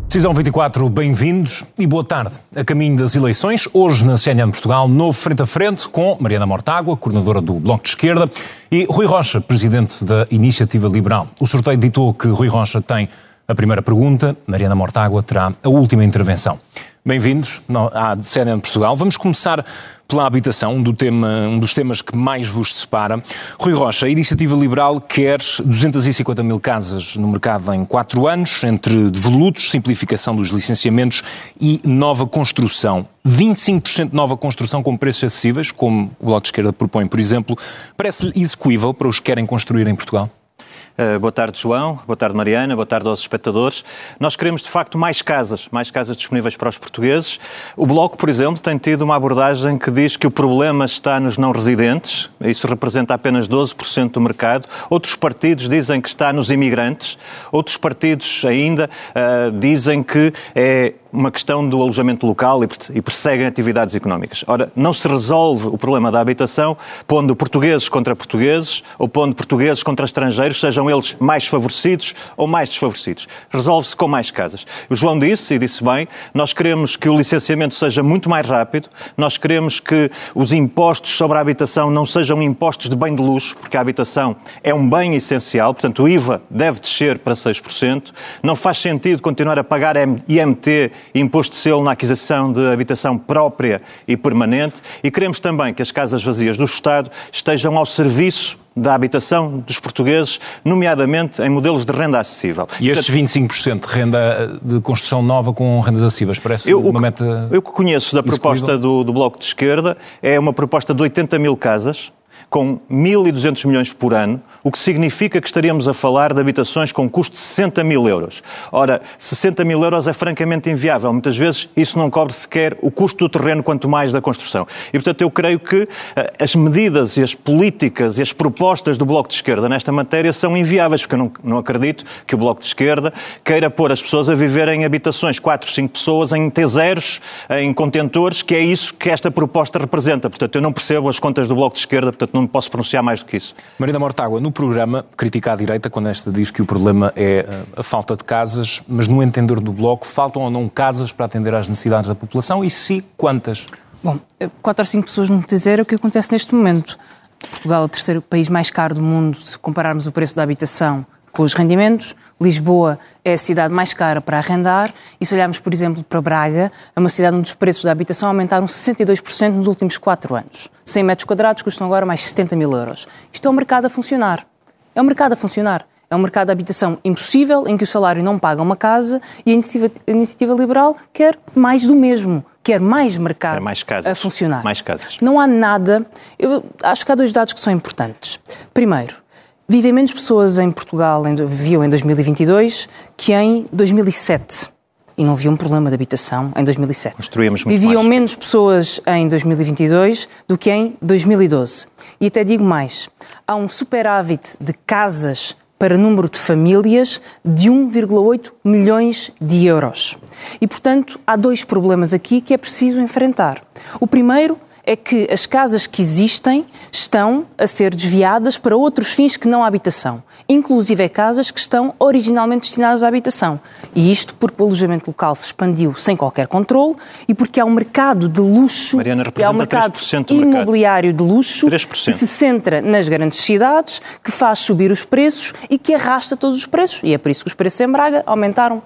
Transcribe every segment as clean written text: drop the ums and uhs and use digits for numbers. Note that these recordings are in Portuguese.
Decisão 24, bem-vindos e boa tarde. A caminho das eleições, hoje na CNN Portugal, novo frente a frente com Mariana Mortágua, coordenadora do Bloco de Esquerda, e Rui Rocha, presidente da Iniciativa Liberal. O sorteio ditou que Rui Rocha tem a primeira pergunta, Mariana Mortágua terá a última intervenção. Bem-vindos à CNN Portugal. Vamos começar pela habitação, um dos temas que mais vos separa. Rui Rocha, a Iniciativa Liberal quer 250 mil casas no mercado em 4 anos, entre devolutos, simplificação dos licenciamentos e nova construção. 25% de nova construção com preços acessíveis, como o Bloco de Esquerda propõe, por exemplo, parece-lhe execuível para os que querem construir em Portugal? Boa tarde, João. Boa tarde, Mariana. Boa tarde aos espectadores. Nós queremos, de facto, mais casas disponíveis para os portugueses. O Bloco, por exemplo, tem tido uma abordagem que diz que o problema está nos não-residentes. Isso representa apenas 12% do mercado. Outros partidos dizem que está nos imigrantes. Outros partidos ainda dizem que é uma questão do alojamento local e perseguem atividades económicas. Ora, não se resolve o problema da habitação pondo portugueses contra portugueses ou pondo portugueses contra estrangeiros, sejam eles mais favorecidos ou mais desfavorecidos. Resolve-se com mais casas. O João disse, e disse bem, nós queremos que o licenciamento seja muito mais rápido, nós queremos que os impostos sobre a habitação não sejam impostos de bem de luxo, porque a habitação é um bem essencial, portanto o IVA deve descer para 6%, não faz sentido continuar a pagar IMT, imposto de selo na aquisição de habitação própria e permanente, e queremos também que as casas vazias do Estado estejam ao serviço da habitação dos portugueses, nomeadamente em modelos de renda acessível. E estes 25% de renda de construção nova com rendas acessíveis, parece uma meta... Eu que conheço da proposta do Bloco de Esquerda, é uma proposta de 80 mil casas, com 1.200 milhões por ano, o que significa que estaríamos a falar de habitações com custo de 60 mil euros. Ora, 60 mil euros é francamente inviável. Muitas vezes isso não cobre sequer o custo do terreno, quanto mais da construção. E, portanto, eu creio que as medidas e as políticas e as propostas do Bloco de Esquerda nesta matéria são inviáveis, porque eu não acredito que o Bloco de Esquerda queira pôr as pessoas a viver em habitações, 4, 5 pessoas, em T0s, em contentores, que é isso que esta proposta representa. Portanto, eu não percebo as contas do Bloco de Esquerda, portanto, não me posso pronunciar mais do que isso. Mariana Mortágua, no programa, critica a direita quando esta diz que o problema é a falta de casas, mas no entender do Bloco, faltam ou não casas para atender às necessidades da população e se quantas? Bom, 4 ou 5 pessoas no T0 é o que acontece neste momento. Portugal é o terceiro país mais caro do mundo, se compararmos o preço da habitação com os rendimentos. Lisboa é a cidade mais cara para arrendar e se olharmos, por exemplo, para Braga, é uma cidade onde os preços da habitação aumentaram 62% nos últimos 4 anos. 100 metros quadrados custam agora mais 70 mil euros. Isto é um mercado a funcionar. É um mercado a funcionar. É um mercado de habitação impossível, em que o salário não paga uma casa e a Iniciativa Liberal quer mais do mesmo. Quer mais mercado a funcionar. Mais casas. Não há nada... Eu acho que há 2 dados que são importantes. Primeiro, vivem menos pessoas em Portugal, viviam em 2022, que em 2007. E não havia um problema de habitação em 2007. Construímos muito Viviam mais. menos pessoas em 2022 do que em 2012. E até digo mais, há um superávit de casas para número de famílias de 1,8 milhões de euros. E, portanto, há 2 problemas aqui que é preciso enfrentar. O primeiro é que as casas que existem estão a ser desviadas para outros fins que não a habitação. Inclusive casas que estão originalmente destinadas à habitação. E isto porque o alojamento local se expandiu sem qualquer controle e porque há um mercado de luxo, Mariana, há um mercado imobiliário de luxo 3%. que se centra nas grandes cidades, que faz subir os preços e que arrasta todos os preços. E é por isso que os preços em Braga aumentaram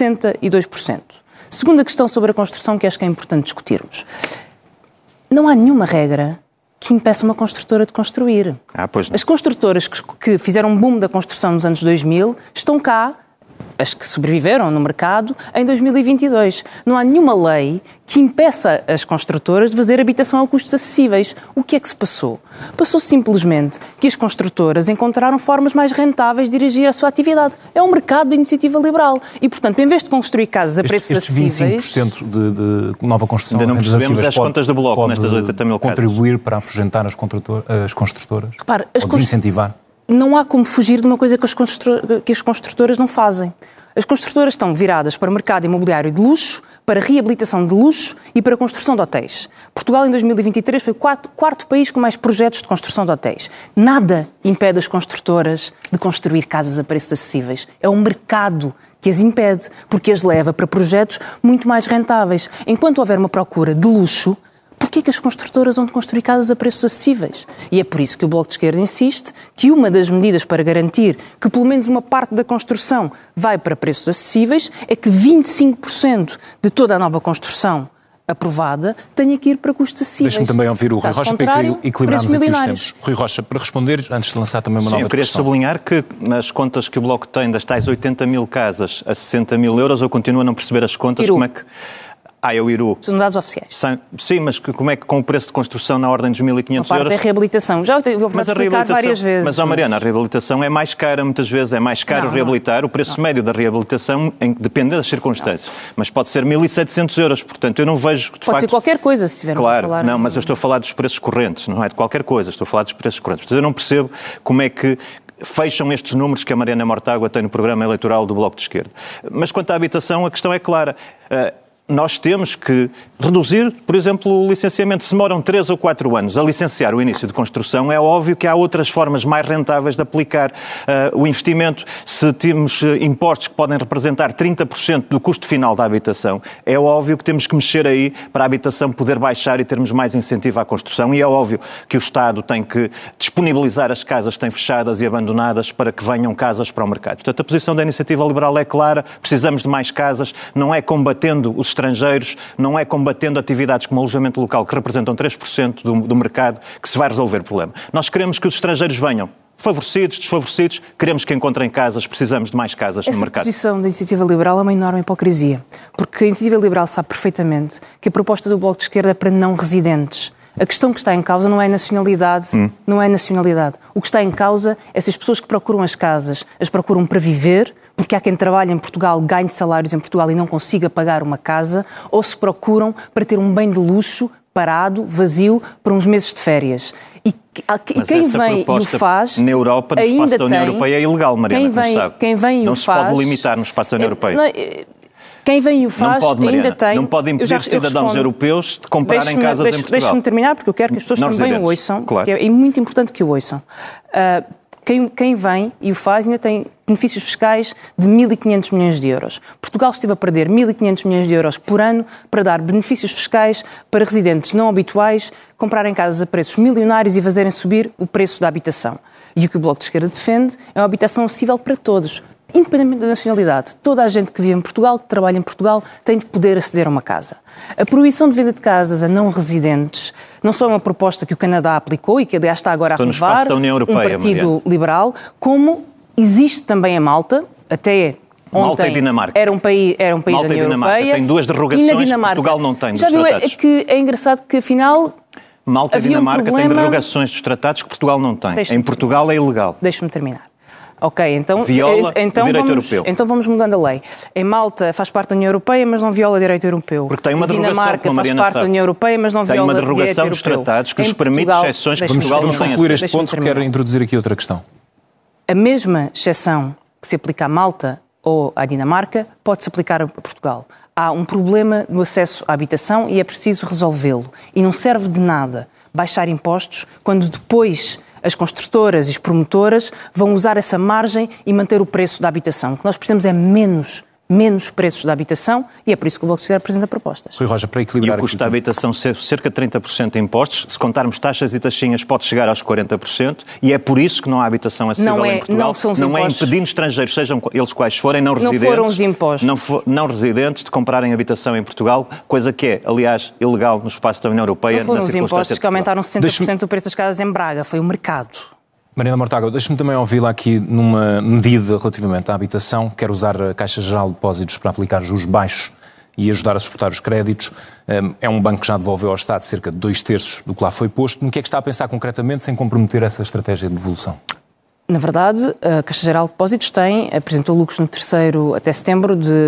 62%. Segunda questão sobre a construção que acho que é importante discutirmos. Não há nenhuma regra que impeça uma construtora de construir. Pois não. As construtoras que fizeram um boom da construção nos anos 2000 estão cá, as que sobreviveram no mercado, em 2022. Não há nenhuma lei que impeça as construtoras de fazer habitação a custos acessíveis. O que é que se passou? Passou simplesmente que as construtoras encontraram formas mais rentáveis de dirigir a sua atividade. É um mercado de iniciativa liberal. E, portanto, em vez de construir casas a preços acessíveis... Estes 25% de nova construção... Ainda não percebemos as contas do Bloco nestas 80 mil casas. Contribuir para afugentar as construtoras? Repare, ou desincentivar? Não há como fugir de uma coisa que as construtoras não fazem. As construtoras estão viradas para o mercado imobiliário de luxo, para reabilitação de luxo e para a construção de hotéis. Portugal, em 2023, foi o quarto país com mais projetos de construção de hotéis. Nada impede as construtoras de construir casas a preços acessíveis. É um mercado que as impede, porque as leva para projetos muito mais rentáveis. Enquanto houver uma procura de luxo, porquê que as construtoras vão construir casas a preços acessíveis? E é por isso que o Bloco de Esquerda insiste que uma das medidas para garantir que pelo menos uma parte da construção vai para preços acessíveis é que 25% de toda a nova construção aprovada tenha que ir para custos acessíveis. Deixe-me também ouvir o Rui Rocha para equilibrarmos aqui os tempos. Rui Rocha, para responder, antes de lançar também uma nova questão. Eu queria sublinhar que nas contas que o Bloco tem das tais 80 mil casas a 60 mil euros, eu continuo a não perceber as contas. Como é que... é o IRU. São dados oficiais. Sim, mas como é que com o preço de construção na ordem dos 1.500 euros... A parte da reabilitação. Já vou explicar várias vezes. Mas, Mariana, a reabilitação é mais cara, muitas vezes é mais caro reabilitar. O preço médio da reabilitação depende das circunstâncias. Mas pode ser 1.700 euros, portanto, eu não vejo... Pode ser qualquer coisa, se tivermos a falar. Não, mas eu estou a falar dos preços correntes, não é de qualquer coisa, estou a falar dos preços correntes. Portanto, eu não percebo como é que fecham estes números que a Mariana Mortágua tem no programa eleitoral do Bloco de Esquerda. Mas quanto à habitação, a questão é clara. Nós temos que reduzir, por exemplo, o licenciamento. Se demoram 3 ou 4 anos a licenciar o início de construção, é óbvio que há outras formas mais rentáveis de aplicar o investimento. Se temos impostos que podem representar 30% do custo final da habitação, é óbvio que temos que mexer aí para a habitação poder baixar e termos mais incentivo à construção. E é óbvio que o Estado tem que disponibilizar as casas que têm fechadas e abandonadas para que venham casas para o mercado. Portanto, a posição da Iniciativa Liberal é clara. Precisamos de mais casas. Não é combatendo os estrangeiros, não é combatendo atividades como alojamento local, que representam 3% do mercado, que se vai resolver o problema. Nós queremos que os estrangeiros venham favorecidos, desfavorecidos, queremos que encontrem casas, precisamos de mais casas no mercado. Essa posição da Iniciativa Liberal é uma enorme hipocrisia, porque a Iniciativa Liberal sabe perfeitamente que a proposta do Bloco de Esquerda é para não residentes. A questão que está em causa não é nacionalidade, não é nacionalidade. O que está em causa é se as pessoas que procuram as casas, as procuram para viver, porque há quem trabalha em Portugal, ganhe salários em Portugal e não consiga pagar uma casa, ou se procuram para ter um bem de luxo, parado, vazio, por uns meses de férias. E quem vem e o faz... Na Europa, no espaço da União Europeia, é ilegal, Mariana, como sabe. Quem vem e o faz... Não se pode limitar no espaço da União Europeia. Quem vem e o faz ainda tem... Não pode impedir cidadãos europeus de comprarem casas em Portugal. Deixe-me terminar, porque eu quero que as pessoas também o ouçam, claro. É muito importante que o ouçam. Quem vem e o faz ainda tem benefícios fiscais de 1.500 milhões de euros. Portugal esteve a perder 1.500 milhões de euros por ano para dar benefícios fiscais para residentes não habituais comprarem casas a preços milionários e fazerem subir o preço da habitação. E o que o Bloco de Esquerda defende é uma habitação acessível para todos, independentemente da nacionalidade. Toda a gente que vive em Portugal, que trabalha em Portugal, tem de poder aceder a uma casa. A proibição de venda de casas a não residentes não só é uma proposta que o Canadá aplicou e que, aliás, está agora a renovar um partido liberal, como existe também a Malta, até ontem Malta e Dinamarca. Era um país Malta da União Europeia. Tem duas derrogações que Portugal não tem dos tratados. É engraçado que, afinal... Malta e Dinamarca têm derrogações dos tratados que Portugal não tem. Em Portugal é ilegal. Deixe-me terminar. Ok, então, viola o direito europeu. Então vamos mudando a lei. Em Malta faz parte da União Europeia, mas não viola o direito europeu. Porque tem uma derrogação, Dinamarca faz parte da União Europeia, mas não viola o direito europeu. Tem uma derrogação dos tratados que lhes permite exceções que Portugal não tem. Vamos concluir este ponto, quero introduzir aqui outra questão. A mesma exceção que se aplica à Malta ou à Dinamarca pode-se aplicar a Portugal. Há um problema no acesso à habitação e é preciso resolvê-lo. E não serve de nada baixar impostos quando depois as construtoras e as promotoras vão usar essa margem e manter o preço da habitação. O que nós precisamos é menos preços da habitação e é por isso que o Bloco de Esquerda apresenta propostas. Rui Rocha, para equilibrar... E o custo da habitação ser cerca de 30% de impostos, se contarmos taxas e taxinhas pode chegar aos 40% e é por isso que não há habitação acessível em Portugal. Não é impedindo estrangeiros, sejam eles quais forem, não residentes... Não foram os impostos. Não residentes de comprarem habitação em Portugal, coisa que é, aliás, ilegal no espaço da União Europeia. Não foram os impostos que aumentaram 60% do preço das casas em Braga, foi o mercado. Mariana Mortágua, deixe-me também ouvi-la aqui numa medida relativamente à habitação. Quer usar a Caixa Geral de Depósitos para aplicar juros baixos e ajudar a suportar os créditos. É um banco que já devolveu ao Estado cerca de 2/3 do que lá foi posto. No que é que está a pensar concretamente sem comprometer essa estratégia de devolução? Na verdade, a Caixa Geral de Depósitos apresentou lucros no terceiro até setembro de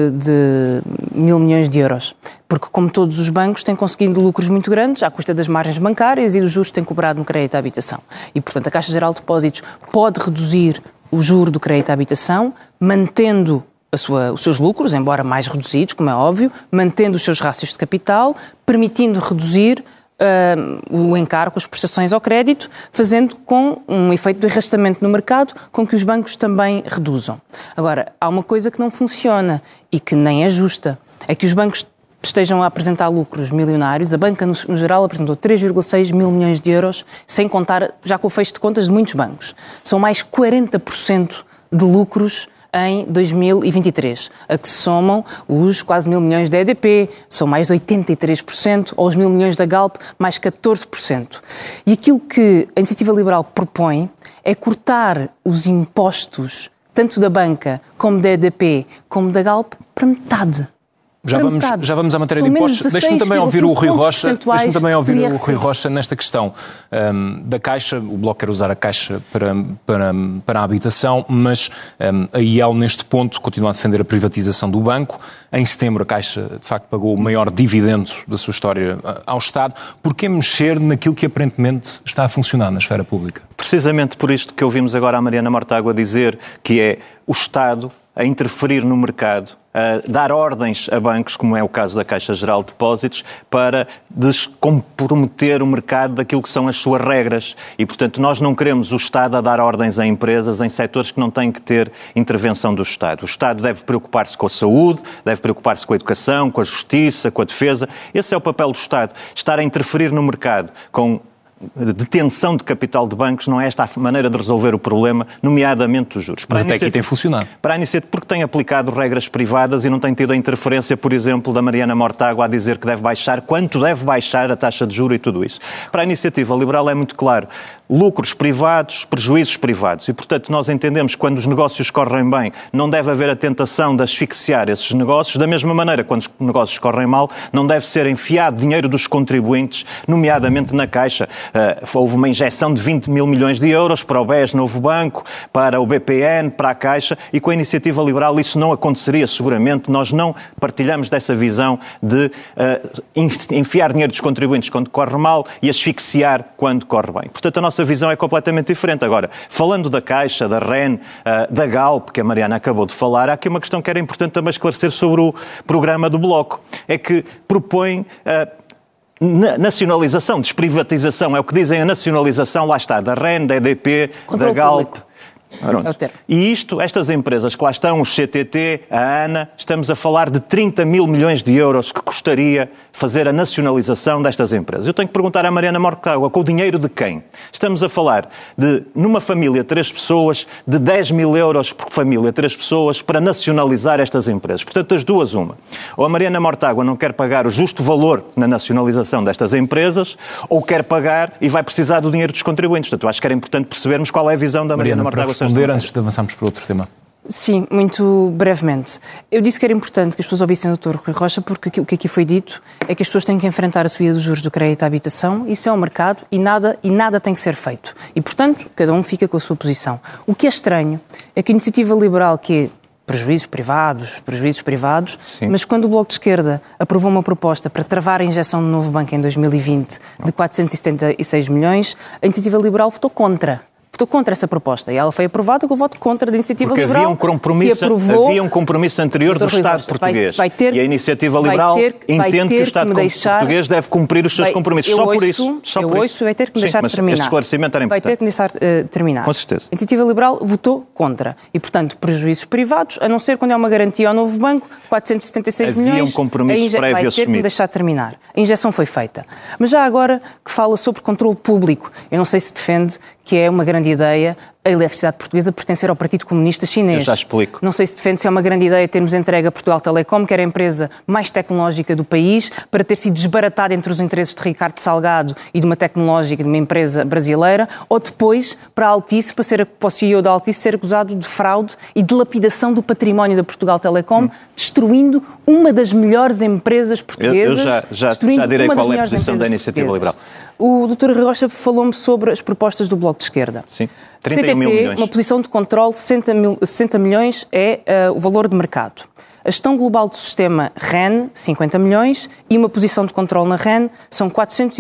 1.000 milhões de euros. Porque, como todos os bancos, têm conseguido lucros muito grandes à custa das margens bancárias e dos juros que têm cobrado no crédito à habitação. E, portanto, a Caixa Geral de Depósitos pode reduzir o juro do crédito à habitação, mantendo os seus lucros, embora mais reduzidos, como é óbvio, mantendo os seus rácios de capital, permitindo reduzir o encargo, as prestações ao crédito, fazendo com um efeito de arrastamento no mercado com que os bancos também reduzam. Agora, há uma coisa que não funciona e que nem é justa, é que os bancos estejam a apresentar lucros milionários. A banca, no geral, apresentou 3,6 mil milhões de euros, sem contar, já com o fecho de contas de muitos bancos. São mais 40% de lucros em 2023, a que se somam os quase 1.000 milhões da EDP, são mais 83%, ou os 1.000 milhões da Galp, mais 14%. E aquilo que a Iniciativa Liberal propõe é cortar os impostos, tanto da banca, como da EDP, como da Galp, para metade. Já vamos à matéria de impostos. Deixe-me também ouvir o Rui Rocha nesta questão da Caixa. O Bloco quer usar a Caixa para a habitação, mas a IEL, neste ponto, continua a defender a privatização do banco. Em setembro, a Caixa, de facto, pagou o maior dividendo da sua história ao Estado. Porquê mexer naquilo que aparentemente está a funcionar na esfera pública? Precisamente por isto que ouvimos agora a Mariana Mortágua dizer, que é o Estado a interferir no mercado, a dar ordens a bancos, como é o caso da Caixa Geral de Depósitos, para descomprometer o mercado daquilo que são as suas regras. E, portanto, nós não queremos o Estado a dar ordens a empresas em setores que não têm que ter intervenção do Estado. O Estado deve preocupar-se com a saúde, deve preocupar-se com a educação, com a justiça, com a defesa. Esse é o papel do Estado. Estar a interferir no mercado com detenção de capital de bancos não é esta a maneira de resolver o problema, nomeadamente os juros. Mas até aqui tem funcionado. Para a Iniciativa, porque tem aplicado regras privadas e não tem tido a interferência, por exemplo, da Mariana Mortágua a dizer que deve baixar, quanto deve baixar a taxa de juros e tudo isso. Para a Iniciativa Liberal é muito claro. Lucros privados, prejuízos privados. E, portanto, nós entendemos que quando os negócios correm bem, não deve haver a tentação de asfixiar esses negócios. Da mesma maneira, quando os negócios correm mal, não deve ser enfiado dinheiro dos contribuintes, nomeadamente na Caixa. Houve uma injeção de 20 mil milhões de euros para o BES Novo Banco, para o BPN, para a Caixa, e com a Iniciativa Liberal isso não aconteceria seguramente. Nós não partilhamos dessa visão de enfiar dinheiro dos contribuintes quando corre mal e asfixiar quando corre bem. Portanto, a nossa visão é completamente diferente. Agora, falando da Caixa, da REN, da Galp, que a Mariana acabou de falar, há aqui uma questão que era importante também esclarecer sobre o programa do Bloco. É que propõe nacionalização, desprivatização, é o que dizem a nacionalização, lá está, da REN, da EDP, da Galp. E estas empresas que lá estão, os CTT, a ANA, estamos a falar de 30 mil milhões de euros que custaria fazer a nacionalização destas empresas. Eu tenho que perguntar à Mariana Mortágua, com o dinheiro de quem? Estamos a falar de, numa família, 3 pessoas, de 10 mil euros por família, 3 pessoas, para nacionalizar estas empresas. Portanto, das duas, uma. Ou a Mariana Mortágua não quer pagar o justo valor na nacionalização destas empresas, ou quer pagar e vai precisar do dinheiro dos contribuintes. Portanto, eu acho que era importante percebermos qual é a visão da Mariana Mortágua. Responder antes de avançarmos para outro tema. Sim, muito brevemente. Eu disse que era importante que as pessoas ouvissem o Dr. Rui Rocha, porque o que aqui foi dito é que as pessoas têm que enfrentar a subida dos juros do crédito à habitação, isso é um mercado e nada tem que ser feito. E, portanto, cada um fica com a sua posição. O que é estranho é que a Iniciativa Liberal, que é prejuízos privados, sim, mas quando o Bloco de Esquerda aprovou uma proposta para travar a injeção do novo banco em 2020 de 476 milhões, a Iniciativa Liberal votou contra essa proposta. E ela foi aprovada com o voto contra da Iniciativa Liberal. Havia um compromisso anterior do Estado português. E a Iniciativa Liberal entende que o Estado português deve cumprir os seus compromissos. Só por isso. Vai ter que me deixar terminar. Este esclarecimento era importante. Vai ter que me deixar terminar. Com certeza. A Iniciativa Liberal votou contra. E, portanto, prejuízos privados, a não ser quando é uma garantia ao novo banco, 476 milhões. Havia um compromisso prévio assumido. Vai ter que me deixar terminar. A injeção foi feita. Mas já agora que fala sobre controle público, eu não sei se defende que é uma grande ideia a eletricidade portuguesa pertencer ao Partido Comunista Chinês. Eu já explico. Não sei se defende se é uma grande ideia termos entregue a Portugal Telecom, que era a empresa mais tecnológica do país, para ter sido desbaratada entre os interesses de Ricardo Salgado e de uma tecnológica, de uma empresa brasileira, ou depois para a Altice, para o CEO da Altice ser acusado de fraude e dilapidação do património da Portugal Telecom, destruindo uma das melhores empresas portuguesas. Eu já direi qual é a posição da Iniciativa Liberal. O Dr. Rui Rocha falou-me sobre as propostas do Bloco de Esquerda. Sim, 31 mil milhões. Uma posição de controle, 60 milhões é o valor de mercado. A gestão global do sistema REN, 50 milhões, e uma posição de controle na REN são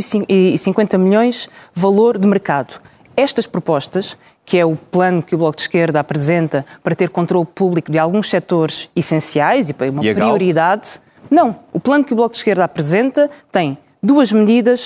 450 milhões valor de mercado. Estas propostas, que é o plano que o Bloco de Esquerda apresenta para ter controle público de alguns setores essenciais e para uma prioridade... Não, o plano que o Bloco de Esquerda apresenta tem 2 medidas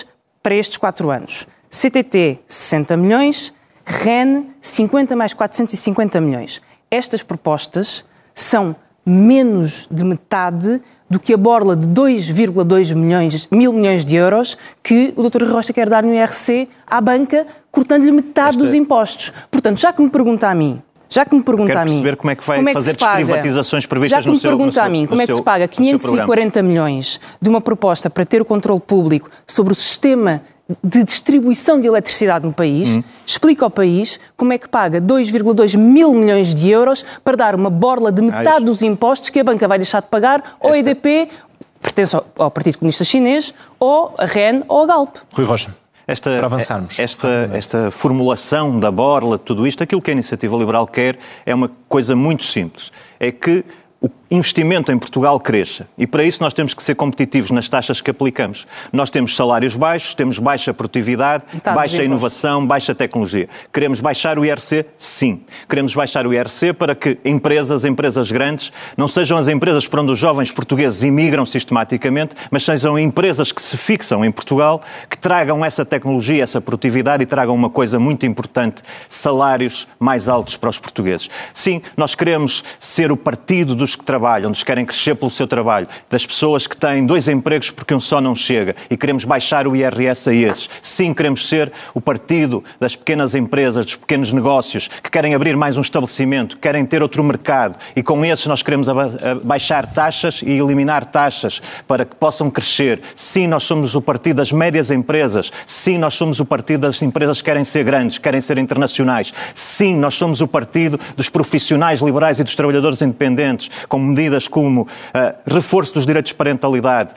para estes 4 anos. CTT, 60 milhões, REN, 50 mais 450 milhões. Estas propostas são menos de metade do que a borla de 2,2 mil milhões de euros que o Dr. Rui Rocha quer dar no IRC à banca, cortando-lhe metade dos impostos. Portanto, já que me pergunta a mim, Quero perceber como é que vai fazer desprivatizações previstas no seu programa. Já que me pergunta a mim como é que se paga 540 milhões de uma proposta para ter o controle público sobre o sistema de distribuição de eletricidade no país, explica ao país como é que paga 2,2 mil milhões de euros para dar uma borla de metade dos impostos que a banca vai deixar de pagar ao EDP, pertence ao Partido Comunista Chinês, ou a REN ou a Galp. Rui Rocha. Para avançarmos. Esta formulação da borla, tudo isto, aquilo que a Iniciativa Liberal quer é uma coisa muito simples. É que o investimento em Portugal cresça. E para isso nós temos que ser competitivos nas taxas que aplicamos. Nós temos salários baixos, temos baixa produtividade, baixa inovação, baixa tecnologia. Queremos baixar o IRC? Sim. Queremos baixar o IRC para que empresas grandes, não sejam as empresas para onde os jovens portugueses imigram sistematicamente, mas sejam empresas que se fixam em Portugal, que tragam essa tecnologia, essa produtividade e tragam uma coisa muito importante, salários mais altos para os portugueses. Sim, nós queremos ser o partido dos que trabalham, dos que querem crescer pelo seu trabalho, das pessoas que têm 2 empregos porque um só não chega e queremos baixar o IRS a esses. Sim, queremos ser o partido das pequenas empresas, dos pequenos negócios, que querem abrir mais um estabelecimento, que querem ter outro mercado e com esses nós queremos baixar taxas e eliminar taxas para que possam crescer. Sim, nós somos o partido das médias empresas. Sim, nós somos o partido das empresas que querem ser grandes, querem ser internacionais. Sim, nós somos o partido dos profissionais liberais e dos trabalhadores independentes, com medidas como reforço dos direitos de parentalidade,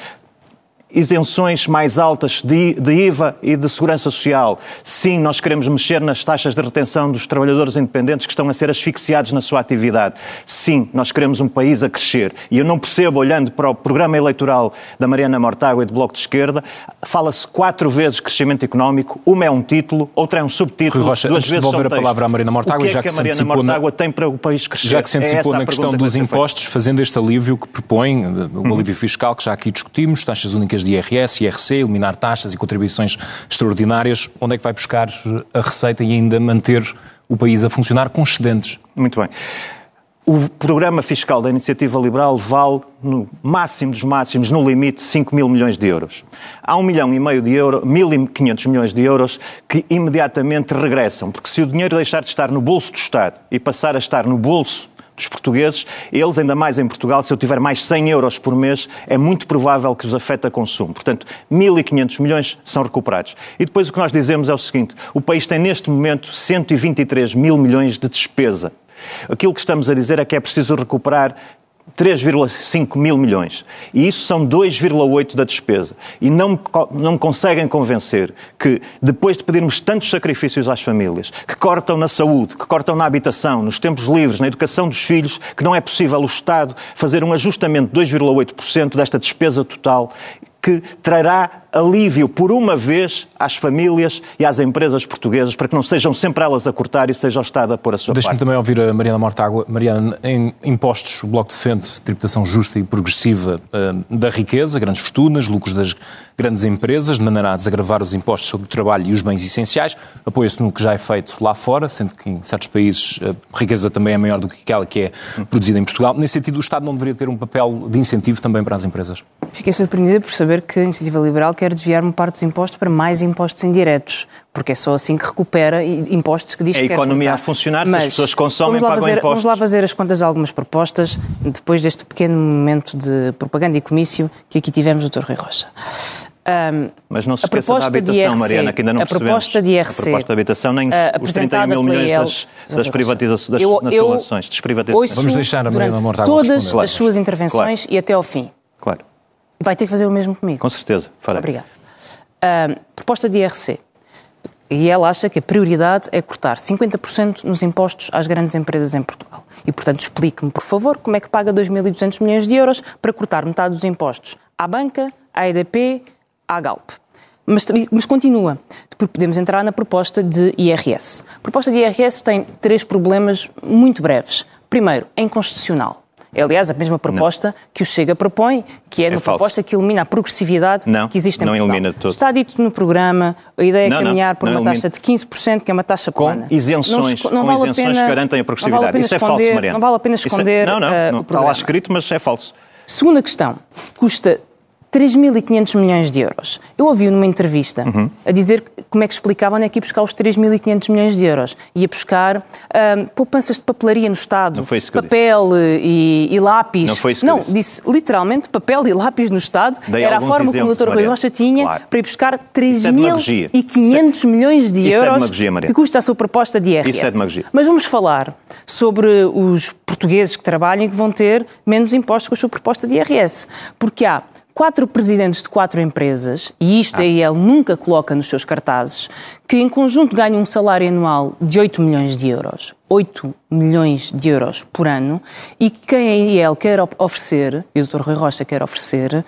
isenções mais altas de IVA e de segurança social. Sim, nós queremos mexer nas taxas de retenção dos trabalhadores independentes que estão a ser asfixiados na sua atividade. Sim, nós queremos um país a crescer. E eu não percebo, olhando para o programa eleitoral da Mariana Mortágua e do Bloco de Esquerda, fala-se 4 vezes crescimento económico, uma é um título, outra é um subtítulo, Rui Rocha, 2 vezes são devolver a palavra à Mariana Mortágua, já que a Mariana Mortágua tem para o país crescer? Já que se antecipou na questão dos impostos, fazendo este alívio que propõe, o alívio fiscal que já aqui discutimos, taxas únicas de IRS, IRC, eliminar taxas e contribuições extraordinárias, onde é que vai buscar a receita e ainda manter o país a funcionar com excedentes? Muito bem. O programa fiscal da Iniciativa Liberal vale, no máximo dos máximos, no limite, 5 mil milhões de euros. Há 1,5 milhão de euros, 1.500 milhões de euros que imediatamente regressam, porque se o dinheiro deixar de estar no bolso do Estado e passar a estar no bolso dos portugueses, eles, ainda mais em Portugal, se eu tiver mais 100 euros por mês, é muito provável que os afeta a consumo. Portanto, 1.500 milhões são recuperados. E depois o que nós dizemos é o seguinte: o país tem neste momento 123 mil milhões de despesa. Aquilo que estamos a dizer é que é preciso recuperar 3,5 mil milhões. E isso são 2,8 da despesa. E não me conseguem convencer que, depois de pedirmos tantos sacrifícios às famílias, que cortam na saúde, que cortam na habitação, nos tempos livres, na educação dos filhos, que não é possível o Estado fazer um ajustamento de 2,8% desta despesa total, que trará alívio por uma vez às famílias e às empresas portuguesas, para que não sejam sempre elas a cortar e seja o Estado a pôr a sua parte. Deixe-me também ouvir a Mariana Mortágua. Mariana, em impostos, o Bloco defende tributação justa e progressiva da riqueza, grandes fortunas, lucros das grandes empresas, de maneira a desagravar os impostos sobre o trabalho e os bens essenciais. Apoia-se no que já é feito lá fora, sendo que em certos países a riqueza também é maior do que aquela que é produzida em Portugal. Nesse sentido, o Estado não deveria ter um papel de incentivo também para as empresas? Fiquei surpreendida por saber que a Iniciativa Liberal quer desviar uma parte dos impostos para mais impostos indiretos, porque é só assim que recupera impostos que diz que quer cortar. A economia a funcionar, se as pessoas consomem, pagam impostos. Vamos lá fazer as contas de algumas propostas, depois deste pequeno momento de propaganda e comício que aqui tivemos do Dr. Rui Rocha. Mas não se esqueça da habitação, Mariana, que ainda não percebemos. A proposta de IRC, a proposta de habitação, nem os 31 mil milhões das privatizações, das nacionalizações, desprivatizações. Vamos deixar a Mariana Mortágua todas as suas intervenções e até ao fim. Claro. Vai ter que fazer o mesmo comigo. Com certeza, farei. Obrigada. Proposta de IRC. E ela acha que a prioridade é cortar 50% nos impostos às grandes empresas em Portugal. E, portanto, explique-me, por favor, como é que paga 2.200 milhões de euros para cortar metade dos impostos à banca, à EDP, à Galp. Mas continua, porque podemos entrar na proposta de IRS. A proposta de IRS tem 3 problemas muito breves. Primeiro, é inconstitucional. É, aliás, a mesma proposta que o Chega propõe, que é uma proposta que elimina a progressividade que existe em Portugal. Não elimina de todo. Está dito no programa, a ideia é caminhar por uma taxa de 15%, que é uma taxa plana. Com isenções, que garantem a progressividade. Isso é falso, Mariana. Não vale a pena esconder o programa. Está lá escrito, mas é falso. Segunda questão. Custa 3.500 milhões de euros. Eu ouvi numa entrevista a dizer como é que explicavam onde é que ia buscar os 3.500 milhões de euros. Ia buscar poupanças de papelaria no Estado, papel e lápis. Não foi isso que eu disse literalmente papel e lápis no Estado. Era a forma como o Dr. Rui Rocha tinha para ir buscar 3.500 milhões de euros que custa a sua proposta de IRS. Isso é demagogia. Mas vamos falar sobre os portugueses que trabalham e que vão ter menos impostos com a sua proposta de IRS. Porque há 4 presidentes de 4 empresas, e isto a EL nunca coloca nos seus cartazes, que em conjunto ganham um salário anual de 8 milhões de euros. 8 milhões de euros por ano, e quem a EL quer oferecer, e o Dr. Rui Rocha quer oferecer,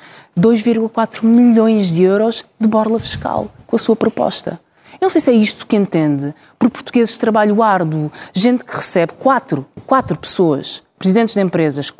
2,4 milhões de euros de borla fiscal com a sua proposta. Eu não sei se é isto que entende por portugueses de trabalho árduo, gente que recebe 4 pessoas, presidentes de empresas,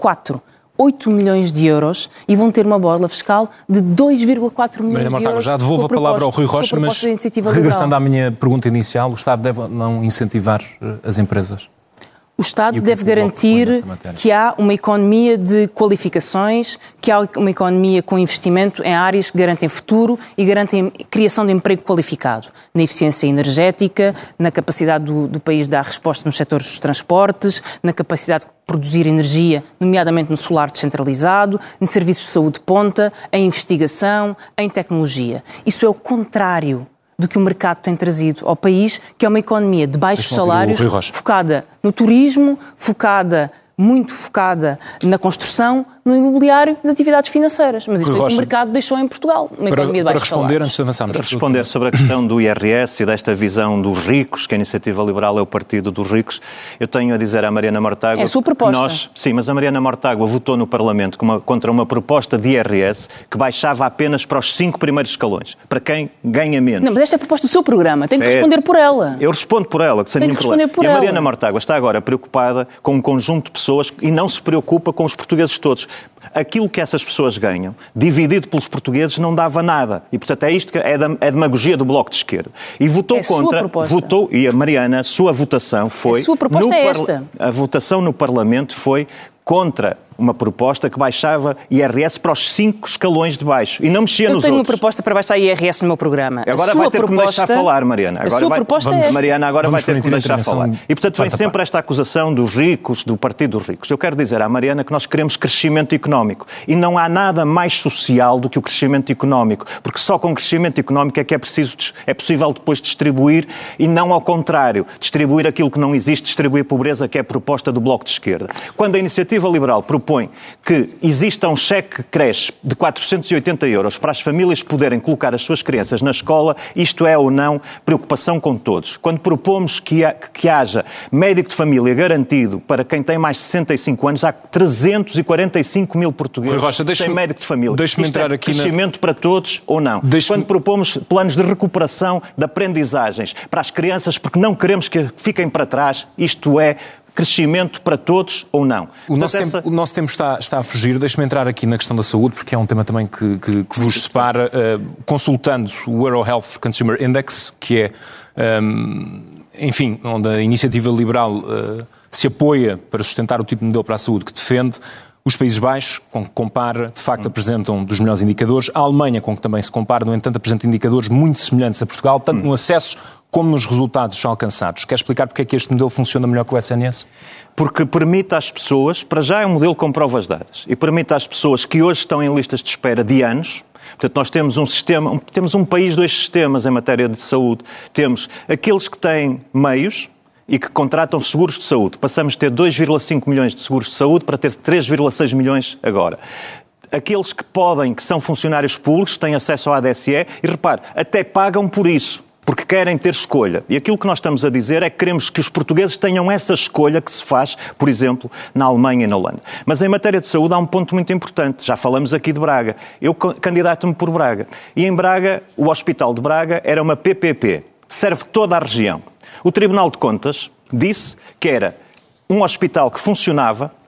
8 milhões de euros e vão ter uma borla fiscal de 2,4 milhões de euros. Já devolvo a palavra ao Rui Rocha, mas regressando à minha pergunta inicial, o Estado deve não incentivar as empresas? O Estado deve garantir que há uma economia de qualificações, que há uma economia com investimento em áreas que garantem futuro e garantem criação de emprego qualificado, na eficiência energética, na capacidade do país dar resposta nos setores dos transportes, na capacidade de produzir energia, nomeadamente no solar descentralizado, em serviços de saúde de ponta, em investigação, em tecnologia. Isso é o contrário do que o mercado tem trazido ao país, que é uma economia de baixos salários, focada no turismo, muito focada na construção, no imobiliário e nas atividades financeiras. Mas isto é o que o mercado deixou em Portugal, uma economia de baixos salários. Antes de avançarmos. Para responder sobre a questão do IRS e desta visão dos ricos, que a Iniciativa Liberal é o partido dos ricos, eu tenho a dizer à Mariana Mortágua... É a sua proposta. Sim, mas a Mariana Mortágua votou no Parlamento contra uma proposta de IRS que baixava apenas para os 5 primeiros escalões, para quem ganha menos. Não, mas esta é a proposta do seu programa, tem que responder por ela. Eu respondo por ela, que sem nenhum problema. E a Mariana Mortágua está agora preocupada com um conjunto de pessoas e não se preocupa com os portugueses todos. Aquilo que essas pessoas ganham, dividido pelos portugueses, não dava nada. E, portanto, é isto que é a demagogia do Bloco de Esquerda. E votou contra... Votou, e a Mariana, a sua votação foi... A sua proposta é esta. A votação no Parlamento foi contra uma proposta que baixava IRS para os 5 escalões de baixo e não mexia nos outros. Eu tenho uma proposta para baixar IRS no meu programa. Agora vai ter que me deixar falar, Mariana. A sua proposta é esta. Mariana, agora vai ter que me deixar falar. E, portanto, vem sempre esta acusação dos ricos, do Partido dos Ricos. Eu quero dizer à Mariana que nós queremos crescimento económico e não há nada mais social do que o crescimento económico, porque só com crescimento económico é que é possível depois distribuir e não ao contrário, distribuir aquilo que não existe, distribuir pobreza, que é a proposta do Bloco de Esquerda. Quando a Iniciativa Liberal propõe que exista um cheque creche de 480 euros para as famílias poderem colocar as suas crianças na escola, isto é ou não preocupação com todos. Quando propomos que haja médico de família garantido para quem tem mais de 65 anos, há 345 mil portugueses sem médico de família. Deixe-me entrar aqui crescimento para todos ou não? Quando propomos planos de recuperação de aprendizagens para as crianças, porque não queremos que fiquem para trás, isto é crescimento para todos ou não? O nosso tempo está a fugir. Deixe-me entrar aqui na questão da saúde, porque é um tema também que vos separa. Consultando o Euro Health Consumer Index, que é, enfim, onde a Iniciativa Liberal se apoia para sustentar o tipo de modelo para a saúde que defende, os Países Baixos, com que compara, de facto apresentam dos melhores indicadores. A Alemanha, com que também se compara, no entanto, apresenta indicadores muito semelhantes a Portugal, tanto no acesso como nos resultados alcançados. Quer explicar porque é que este modelo funciona melhor que o SNS? Porque permite às pessoas, para já é um modelo com provas dadas, e permite às pessoas que hoje estão em listas de espera de anos. Portanto, nós temos temos um país, 2 sistemas em matéria de saúde. Temos aqueles que têm meios e que contratam seguros de saúde. Passamos de ter 2,5 milhões de seguros de saúde para ter 3,6 milhões agora. Aqueles que podem, que são funcionários públicos, têm acesso ao ADSE e, repare, até pagam por isso, porque querem ter escolha. E aquilo que nós estamos a dizer é que queremos que os portugueses tenham essa escolha que se faz, por exemplo, na Alemanha e na Holanda. Mas em matéria de saúde há um ponto muito importante. Já falamos aqui de Braga. Eu candidato-me por Braga. E em Braga, o Hospital de Braga era uma PPP. Serve toda a região. O Tribunal de Contas disse que era um hospital que funcionava,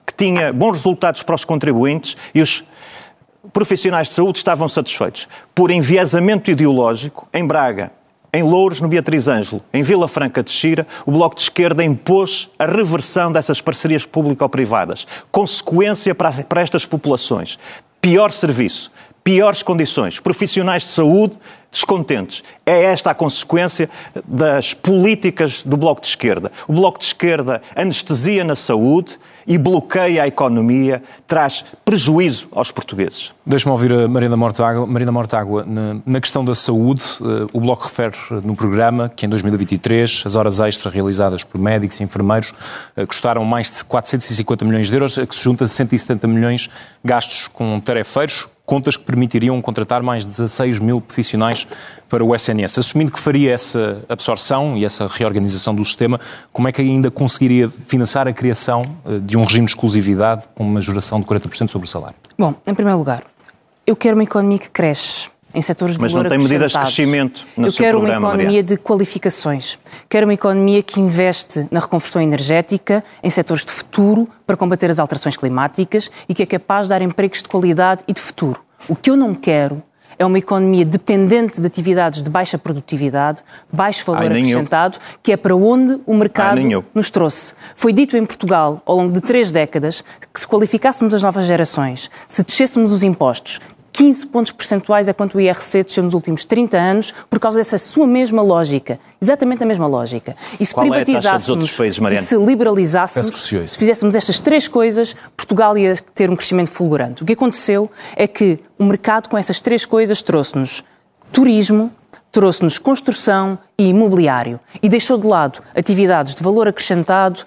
que tinha bons resultados para os contribuintes e os profissionais de saúde estavam satisfeitos. Por enviesamento ideológico, em Braga, em Louros, no Beatriz Ângelo, em Vila Franca de Xira, o Bloco de Esquerda impôs a reversão dessas parcerias público-privadas. Consequência para estas populações: pior serviço, piores condições, profissionais de saúde descontentes. É esta a consequência das políticas do Bloco de Esquerda. O Bloco de Esquerda anestesia na saúde e bloqueia a economia, traz prejuízo aos portugueses. Deixa-me ouvir a Mariana Mortágua. Mariana Mortágua, na questão da saúde, o Bloco refere no programa que em 2023 as horas extras realizadas por médicos e enfermeiros custaram mais de 450 milhões de euros, a que se junta 170 milhões gastos com tarefeiros, contas que permitiriam contratar mais de 16 mil profissionais para o SNS. Assumindo que faria essa absorção e essa reorganização do sistema, como é que ainda conseguiria financiar a criação de um regime de exclusividade com uma majoração de 40% sobre o salário? Bom, em primeiro lugar, eu quero uma economia que cresce em setores de valor acrescentado. Mas não tem medidas de crescimento no seu programa, Eu quero uma economia de qualificações. Quero uma economia que investe na reconversão energética, em setores de futuro, para combater as alterações climáticas e que é capaz de dar empregos de qualidade e de futuro. O que eu não quero é uma economia dependente de atividades de baixa produtividade, baixo valor acrescentado, que é para onde o mercado nos trouxe. Foi dito em Portugal, ao longo de 3 décadas, que se qualificássemos as novas gerações, se descêssemos os impostos, 15 pontos percentuais é quanto o IRC desceu nos últimos 30 anos por causa dessa sua mesma lógica. Exatamente a mesma lógica. E se privatizássemos e se liberalizássemos, se fizéssemos estas 3 coisas, Portugal ia ter um crescimento fulgurante. O que aconteceu é que o mercado com essas 3 coisas trouxe-nos turismo, trouxe-nos construção e imobiliário e deixou de lado atividades de valor acrescentado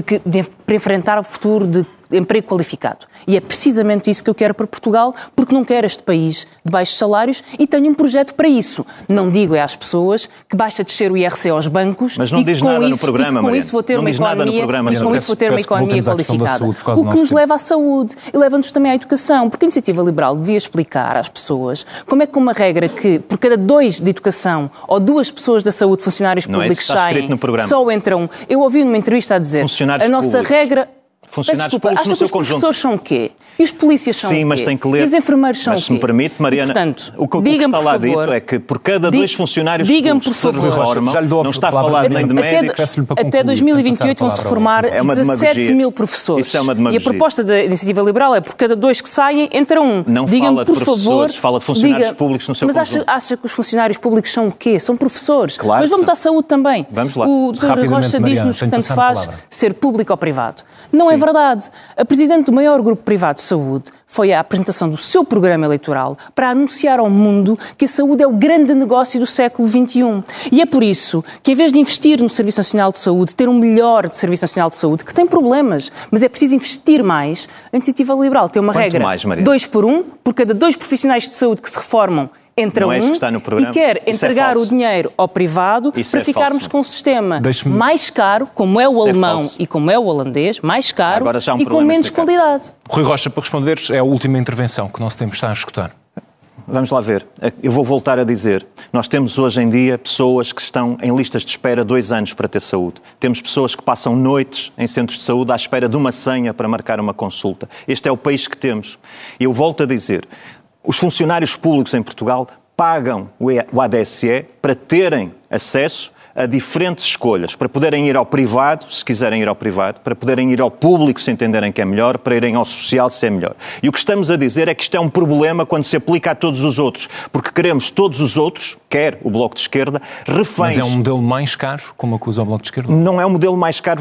para enfrentar o futuro de emprego qualificado. E é precisamente isso que eu quero para Portugal, porque não quero este país de baixos salários e tenho um projeto para isso. Não digo às pessoas que basta descer o IRC aos bancos mas não e diz nada no programa, com isso vou ter uma economia, qualificada. O que nos leva à saúde e leva-nos também à educação, porque a Iniciativa Liberal devia explicar às pessoas como é que uma regra que por cada 2 de educação ou 2 pessoas da saúde, funcionários públicos saem, só entram. Eu ouvi numa entrevista a dizer a nossa regra... Funcionários públicos no seu conjunto. Os professores são o quê? E os polícias são o quê? Sim, mas tem que ler. E os enfermeiros são o quê? Mas se me permite, Mariana, e, portanto, o que está lá dito é que por cada 2 funcionários públicos que se reformam, não está a falar nem de médicos... Até 2028 vão-se reformar 17 mil professores. Isso é uma demagogia. E a proposta da Iniciativa Liberal é por cada 2 que saem, entra um. Não fala de professores, fala de funcionários públicos no seu conjunto. Mas acha que os funcionários públicos são o quê? São professores. Claro. Mas vamos à saúde também. Vamos lá. O Dr. Rocha diz-nos que tanto faz ser público ou privado. Não é verdade. A Presidente do maior grupo privado de saúde foi à apresentação do seu programa eleitoral para anunciar ao mundo que a saúde é o grande negócio do século XXI. E é por isso que, em vez de investir no Serviço Nacional de Saúde, ter um melhor de Serviço Nacional de Saúde, que tem problemas, mas é preciso investir mais, a Iniciativa Liberal tem uma regra 2 por 1, por cada 2 profissionais de saúde que se reformam, entra um e quer entregar o dinheiro ao privado para ficarmos com um sistema mais caro, como é o alemão e como é o holandês, mais caro e com menos qualidade. Rui Rocha, para responder, é a última intervenção que o nosso tempo está a escutar. Vamos lá ver. Eu vou voltar a dizer. Nós temos hoje em dia pessoas que estão em listas de espera 2 anos para ter saúde. Temos pessoas que passam noites em centros de saúde à espera de uma senha para marcar uma consulta. Este é o país que temos. E eu volto a dizer, os funcionários públicos em Portugal pagam o ADSE para terem acesso a diferentes escolhas, para poderem ir ao privado, se quiserem ir ao privado, para poderem ir ao público se entenderem que é melhor, para irem ao social se é melhor. E o que estamos a dizer é que isto é um problema quando se aplica a todos os outros, porque queremos todos os outros, quer o Bloco de Esquerda, reféns... Mas é um modelo mais caro, como acusa o Bloco de Esquerda? Não é um modelo mais caro,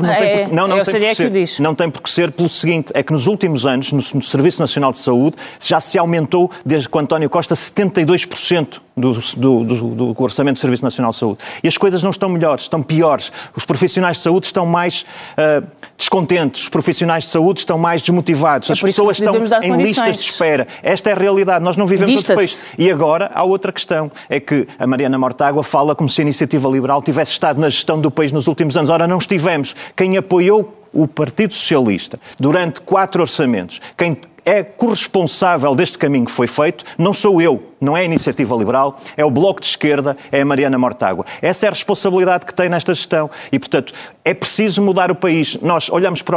não tem por que ser pelo seguinte, é que nos últimos anos, no Serviço Nacional de Saúde, já se aumentou, desde que o António Costa, 72% do orçamento do Serviço Nacional de Saúde. E as coisas não estão melhores, estão piores. Os profissionais de saúde estão mais descontentes, os profissionais de saúde estão mais desmotivados, as pessoas estão em listas de espera. Esta é a realidade, nós não vivemos outro país. E agora há outra questão, é que a Mariana Mortágua fala como se a Iniciativa Liberal tivesse estado na gestão do país nos últimos anos. Ora, não estivemos. Quem apoiou o Partido Socialista durante 4 orçamentos, quem é corresponsável deste caminho que foi feito, não sou eu, não é a Iniciativa Liberal, é o Bloco de Esquerda, é a Mariana Mortágua. Essa é a responsabilidade que tem nesta gestão e, portanto, é preciso mudar o país. Nós olhamos para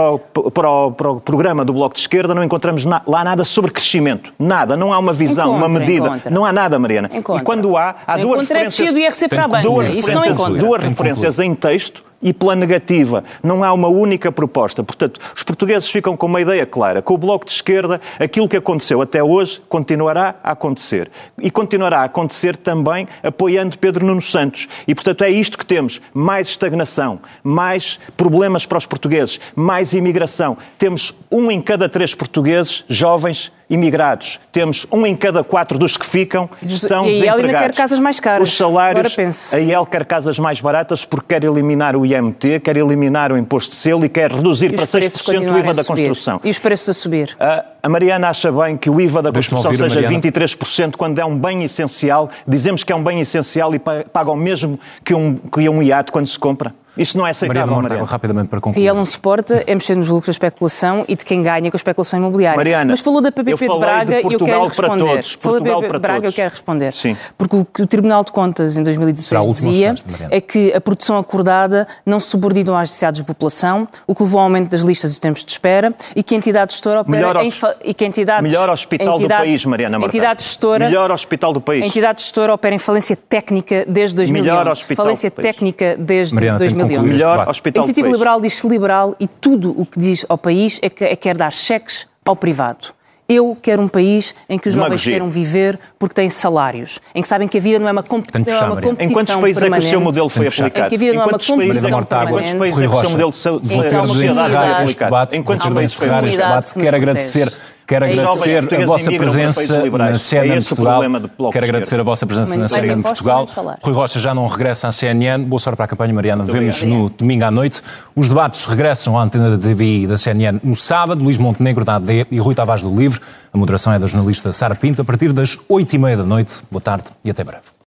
o programa do Bloco de Esquerda, não encontramos lá nada sobre crescimento. Nada, não há uma visão, uma medida. Não há nada, Mariana. E quando há duas referências... do IRC para a banca. Duas referências em texto e pela negativa. Não há uma única proposta. Portanto, os portugueses ficam com uma ideia clara. Com o Bloco de Esquerda, aquilo que aconteceu até hoje continuará a acontecer. E continuará a acontecer também apoiando Pedro Nuno Santos. E, portanto, é isto que temos. Mais estagnação, mais problemas para os portugueses, mais imigração. Temos 1 em cada 3 portugueses jovens imigrados. Temos 1 em cada 4 dos que ficam estão desempregados. E a IEL ainda quer casas mais caras. Os salários, a IEL quer casas mais baratas porque quer eliminar o IMT, quer eliminar o imposto de selo e quer reduzir para 6% o IVA da construção. E os preços a subir? A Mariana acha bem que o IVA da construção seja 23% quando é um bem essencial. Dizemos que é um bem essencial e pagam o mesmo que um iate quando se compra. Isso não é aceitável, Mariana. Rapidamente para concluir. E ele não suporta é mexer nos lucros da especulação e de quem ganha com a especulação imobiliária. Mariana, mas falou da PPP de Braga e eu quero responder. Falou da PPP de Braga e eu quero responder. Sim. Porque o que o Tribunal de Contas em 2016 dizia é que a produção acordada não se subordina às necessidades da população, o que levou ao aumento das listas e tempos de espera e que a entidade gestora opera melhor hospital do país, Mariana Mortágua. Melhor hospital do país. A entidade gestora opera em falência técnica desde 2011. Melhor hospital falência técnica desde 2011. Melhor hospital. A Iniciativa Liberal diz-se liberal e tudo o que diz ao país é que quer dar cheques ao privado. Eu quero um país em que os jovens queiram viver porque têm salários, em que sabem que a vida não é uma competição Em quantos países é que o seu modelo foi aplicado? Em que a vida não é uma competição permanente. Em quantos países é que o seu modelo de sociedade foi aplicado? Em quantos países foi aplicado? Quero agradecer a vossa presença na CNN de Portugal. Quero agradecer a vossa presença na CNN de Portugal. Rui Rocha já não regressa à CNN. Boa sorte para a campanha, Mariana. Vemo-nos no domingo à noite. Os debates regressam à antena da TV e da CNN no sábado. Luís Montenegro, da AD, e Rui Tavares, do Livre. A moderação é da jornalista Sara Pinto, a partir das 20h30 da noite. Boa tarde e até breve.